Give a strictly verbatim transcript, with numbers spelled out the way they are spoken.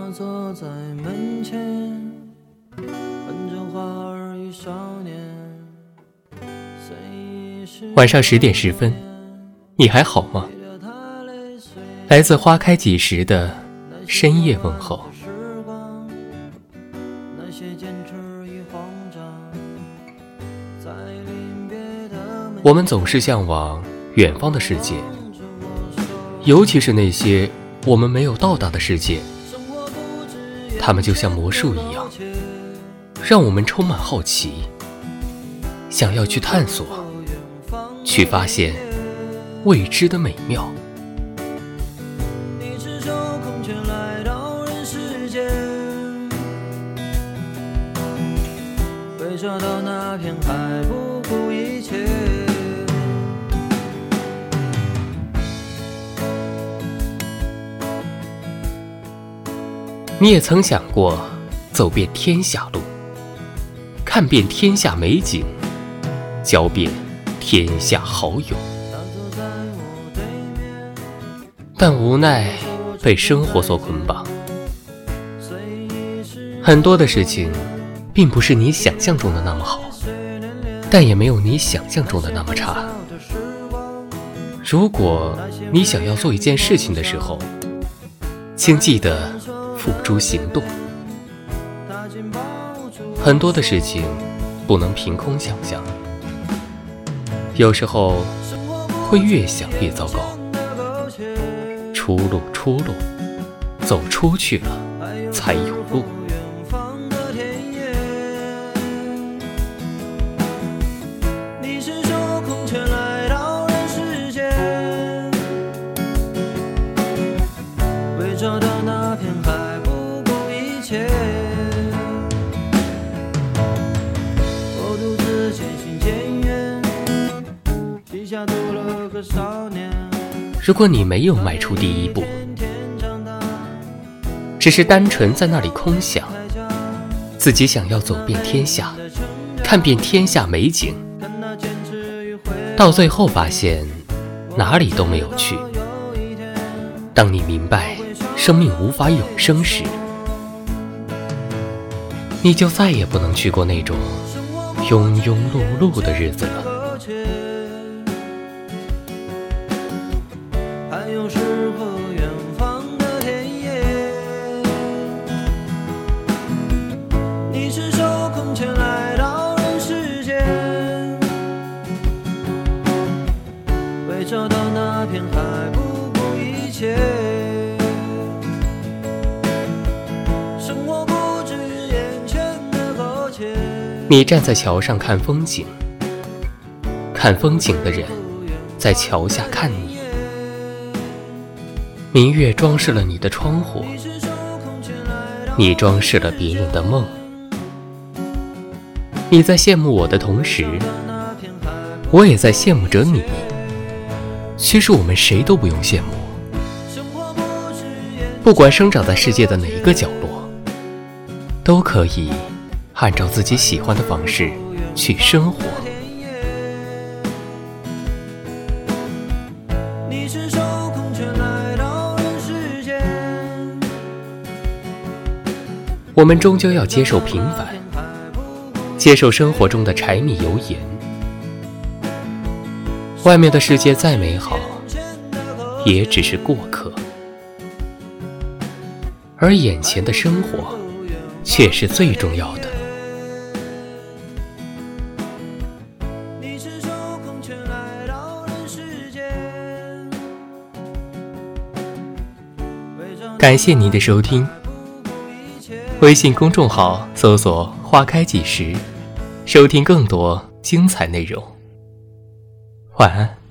妈坐在门前，看着花儿与少年。 晚上十点十分，你还好吗？来自花开几时的深夜问候。我们总是向往远方的世界，尤其是那些我们没有到达的世界，它们就像魔术一样，让我们充满好奇，想要去探索，去发现未知的美妙。 你赤手空拳来到人世间，为找到那片海不顾一切。 你也曾想过走遍天下路，看遍天下美景，交遍天下好友，但无奈被生活所捆绑。很多的事情并不是你想象中的那么好，但也没有你想象中的那么差。如果你想要做一件事情的时候，请记得付诸行动。很多的事情不能凭空想象，有时候会越想越糟糕。出路出路，走出去了才有路。 你赤手空拳来到人世间，为找到那片海不顾一切。我独自渐行渐远，膝下多了个少年。 如果你没有迈出第一步，只是单纯在那里空想，自己想要走遍天下，看遍天下美景，到最后发现哪里都没有去。当你明白生命无法永生时，你就再也不能去过那种庸庸碌碌的日子了。 还有诗和远方的田野，你赤手空拳来到人世间，为找到那片海不顾一切。生活不止眼前的苟且。 你站在桥上看风景，看风景的人在桥下看你。明月装饰了你的窗户，你装饰了别人的梦。你在羡慕我的同时，我也在羡慕着你。其实我们谁都不用羡慕，不管生长在世界的哪一个角落，都可以按照自己喜欢的方式去生活。 你赤手空拳来到人世间， 我们终究要接受平凡，接受生活中的柴米油盐。外面的世界再美好，也只是过客，而眼前的生活却是最重要的。 你赤手空拳来到人世间， 感谢您的收听，微信公众号搜索花开几时，收听更多精彩内容。晚安。